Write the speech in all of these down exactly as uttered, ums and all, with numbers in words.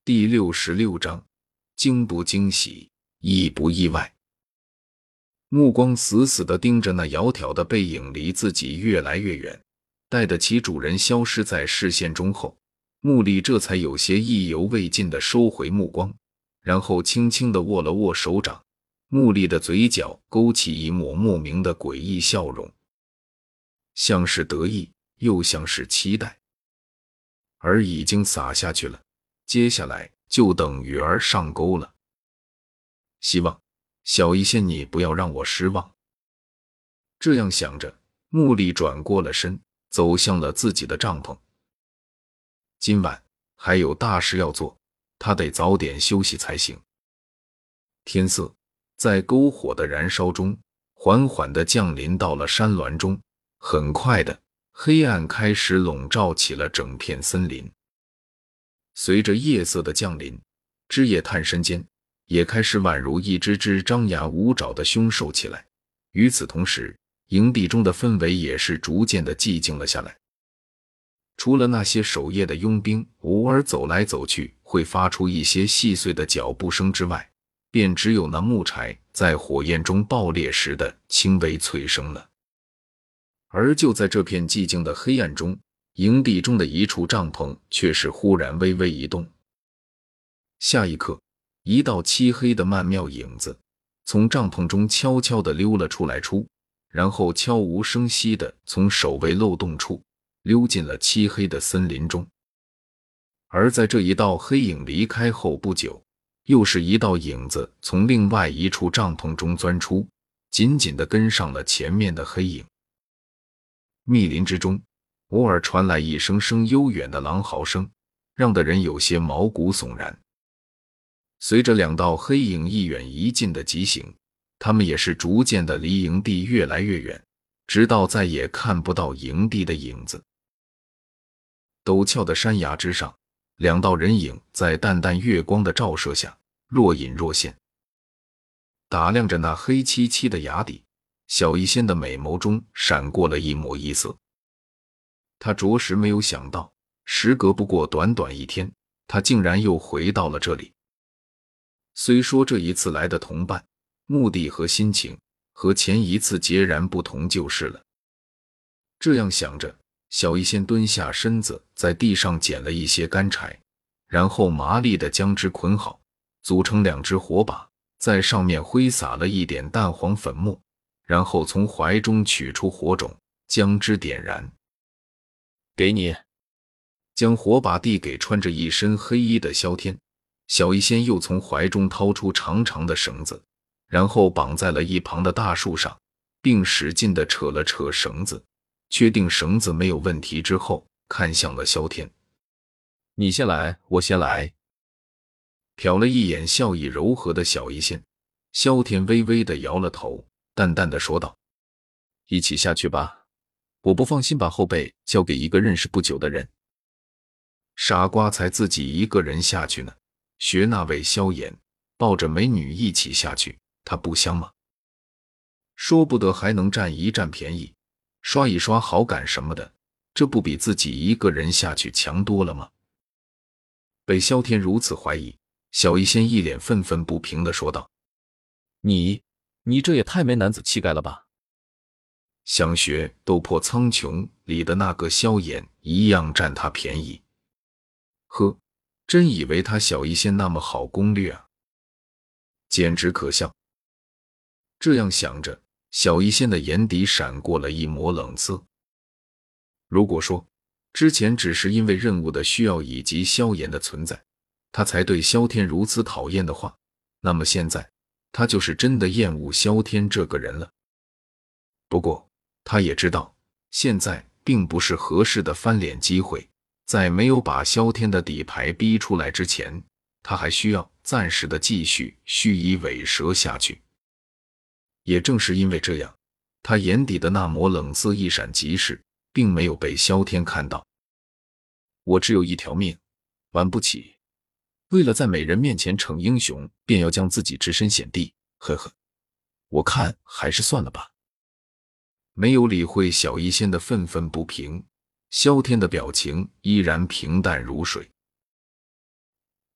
第六十六章，惊不惊喜，意不意外。目光死死地盯着那窈窕的背影离自己越来越远，待得其主人消失在视线中后，穆莉这才有些意犹未尽地收回目光，然后轻轻地握了握手掌。穆莉的嘴角勾起一抹莫名的诡异笑容，像是得意，又像是期待。而已经撒下去了，接下来就等鱼儿上钩了。希望小医仙你不要让我失望。这样想着，穆莉转过了身，走向了自己的帐篷。今晚还有大事要做，她得早点休息才行。天色在篝火的燃烧中缓缓地降临到了山峦中，很快的，黑暗开始笼罩起了整片森林。随着夜色的降临，枝叶探身间也开始宛如一只只张牙舞爪的凶兽起来。与此同时，营地中的氛围也是逐渐的寂静了下来。除了那些守夜的佣兵偶尔走来走去会发出一些细碎的脚步声之外，便只有那木柴在火焰中爆裂时的轻微脆声了。而就在这片寂静的黑暗中，营地中的一处帐篷却是忽然微微一动。下一刻，一道漆黑的曼妙影子从帐篷中悄悄地溜了出来出，然后悄无声息地从守卫漏洞处溜进了漆黑的森林中。而在这一道黑影离开后不久，又是一道影子从另外一处帐篷中钻出，紧紧地跟上了前面的黑影。密林之中偶尔传来一声声悠远的狼嚎声，让得人有些毛骨悚然。随着两道黑影一远一近的疾行，他们也是逐渐的离营地越来越远，直到再也看不到营地的影子。陡峭的山崖之上，两道人影在淡淡月光的照射下若隐若现。打量着那黑漆漆的崖底，小医仙的美眸中闪过了一抹异色。他着实没有想到，时隔不过短短一天，他竟然又回到了这里。虽说这一次来的同伴目的和心情和前一次截然不同就是了。这样想着，小医仙蹲下身子，在地上捡了一些干柴，然后麻利地将之捆好，组成两只火把，在上面挥洒了一点淡黄粉末，然后从怀中取出火种，将之点燃。给你。将火把递给穿着一身黑衣的萧天，小医仙又从怀中掏出长长的绳子，然后绑在了一旁的大树上，并使劲地扯了扯绳子，确定绳子没有问题之后，看向了萧天。你先来，我先来。瞟了一眼笑意柔和的小医仙，萧天微微地摇了头，淡淡地说道：一起下去吧，我不放心把后背交给一个认识不久的人。傻瓜才自己一个人下去呢，学那位萧炎抱着美女一起下去，他不香吗？说不得还能占一占便宜，刷一刷好感什么的，这不比自己一个人下去强多了吗？被萧天如此怀疑，小医仙一脸愤愤不平地说道：你你这也太没男子气概了吧，想学《斗破苍穹》里的那个萧炎一样占他便宜。呵，真以为他小医仙那么好攻略啊，简直可笑。这样想着，小医仙的眼底闪过了一抹冷色。如果说之前只是因为任务的需要以及萧炎的存在，他才对萧天如此讨厌的话，那么现在他就是真的厌恶萧天这个人了。不过他也知道，现在并不是合适的翻脸机会，在没有把萧天的底牌逼出来之前，他还需要暂时的继续虚以委蛇下去。也正是因为这样，他眼底的那抹冷色一闪即逝，并没有被萧天看到。我只有一条命，玩不起。为了在美人面前逞英雄，便要将自己置身险地，呵呵，我看还是算了吧。没有理会小医仙的愤愤不平，萧天的表情依然平淡如水。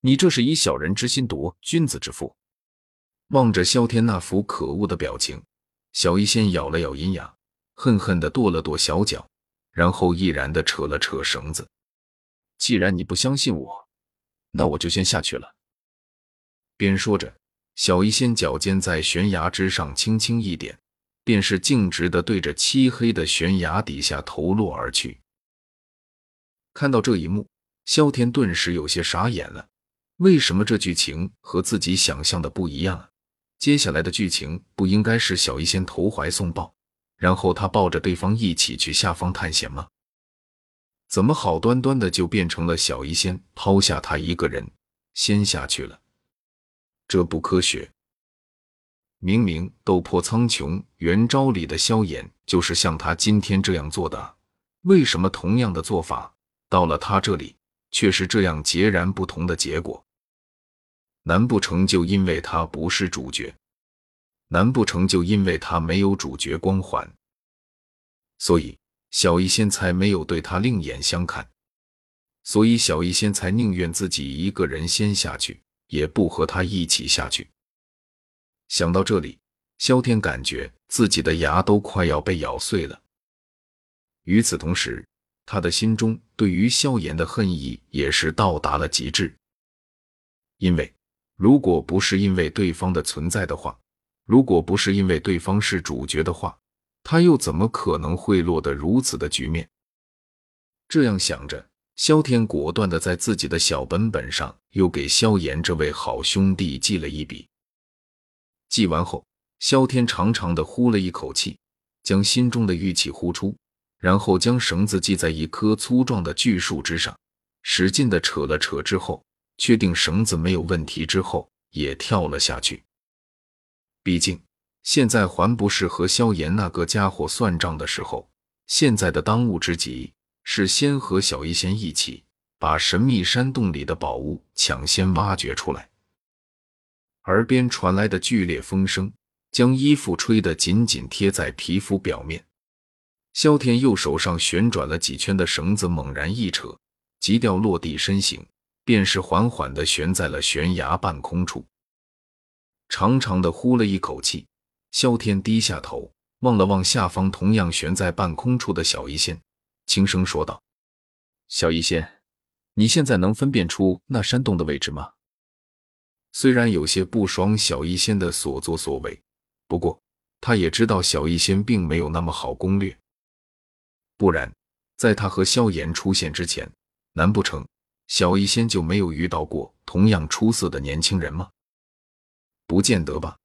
你这是以小人之心夺君子之腹。 望着萧天那副可恶的表情，小医仙咬了咬银牙，恨恨地跺了跺小脚，然后毅然地扯了扯绳子。 既然你不相信我，那我就先下去了。 边说着，小医仙脚尖在悬崖之上轻轻一点，便是径直地对着漆黑的悬崖底下投落而去。看到这一幕，萧天顿时有些傻眼了。为什么这剧情和自己想象的不一样啊？接下来的剧情不应该是小医仙投怀送抱，然后他抱着对方一起去下方探险吗？怎么好端端的就变成了小医仙抛下他一个人先下去了？这不科学。明明斗破苍穹元招里的萧炎就是像他今天这样做的啊，为什么同样的做法到了他这里却是这样截然不同的结果？难不成就因为他不是主角？难不成就因为他没有主角光环？所以小医仙才没有对他另眼相看，所以小医仙才宁愿自己一个人先下去，也不和他一起下去。想到这里，萧天感觉自己的牙都快要被咬碎了。与此同时，他的心中对于萧炎的恨意也是到达了极致。因为如果不是因为对方的存在的话，如果不是因为对方是主角的话，他又怎么可能会落得如此的局面？这样想着，萧天果断地在自己的小本本上又给萧炎这位好兄弟记了一笔。记完后，萧天长长地呼了一口气，将心中的郁气呼出，然后将绳子系在一棵粗壮的巨树之上，使劲地扯了扯之后，确定绳子没有问题之后，也跳了下去。毕竟现在还不是和萧炎那个家伙算账的时候，现在的当务之急是先和小医仙一起把神秘山洞里的宝物抢先挖掘出来。耳边传来的剧烈风声将衣服吹得紧紧贴在皮肤表面。萧天右手上旋转了几圈的绳子猛然一扯，急调落地身形便是缓缓地悬在了悬崖半空处。长长的呼了一口气，萧天低下头望了望下方同样悬在半空处的小医仙，轻声说道： 小医仙，你现在能分辨出那山洞的位置吗？ 虽然有些不爽小医仙的所作所为，不过他也知道小医仙并没有那么好攻略。不然在他和萧炎出现之前，难不成小医仙就没有遇到过同样出色的年轻人吗？不见得吧。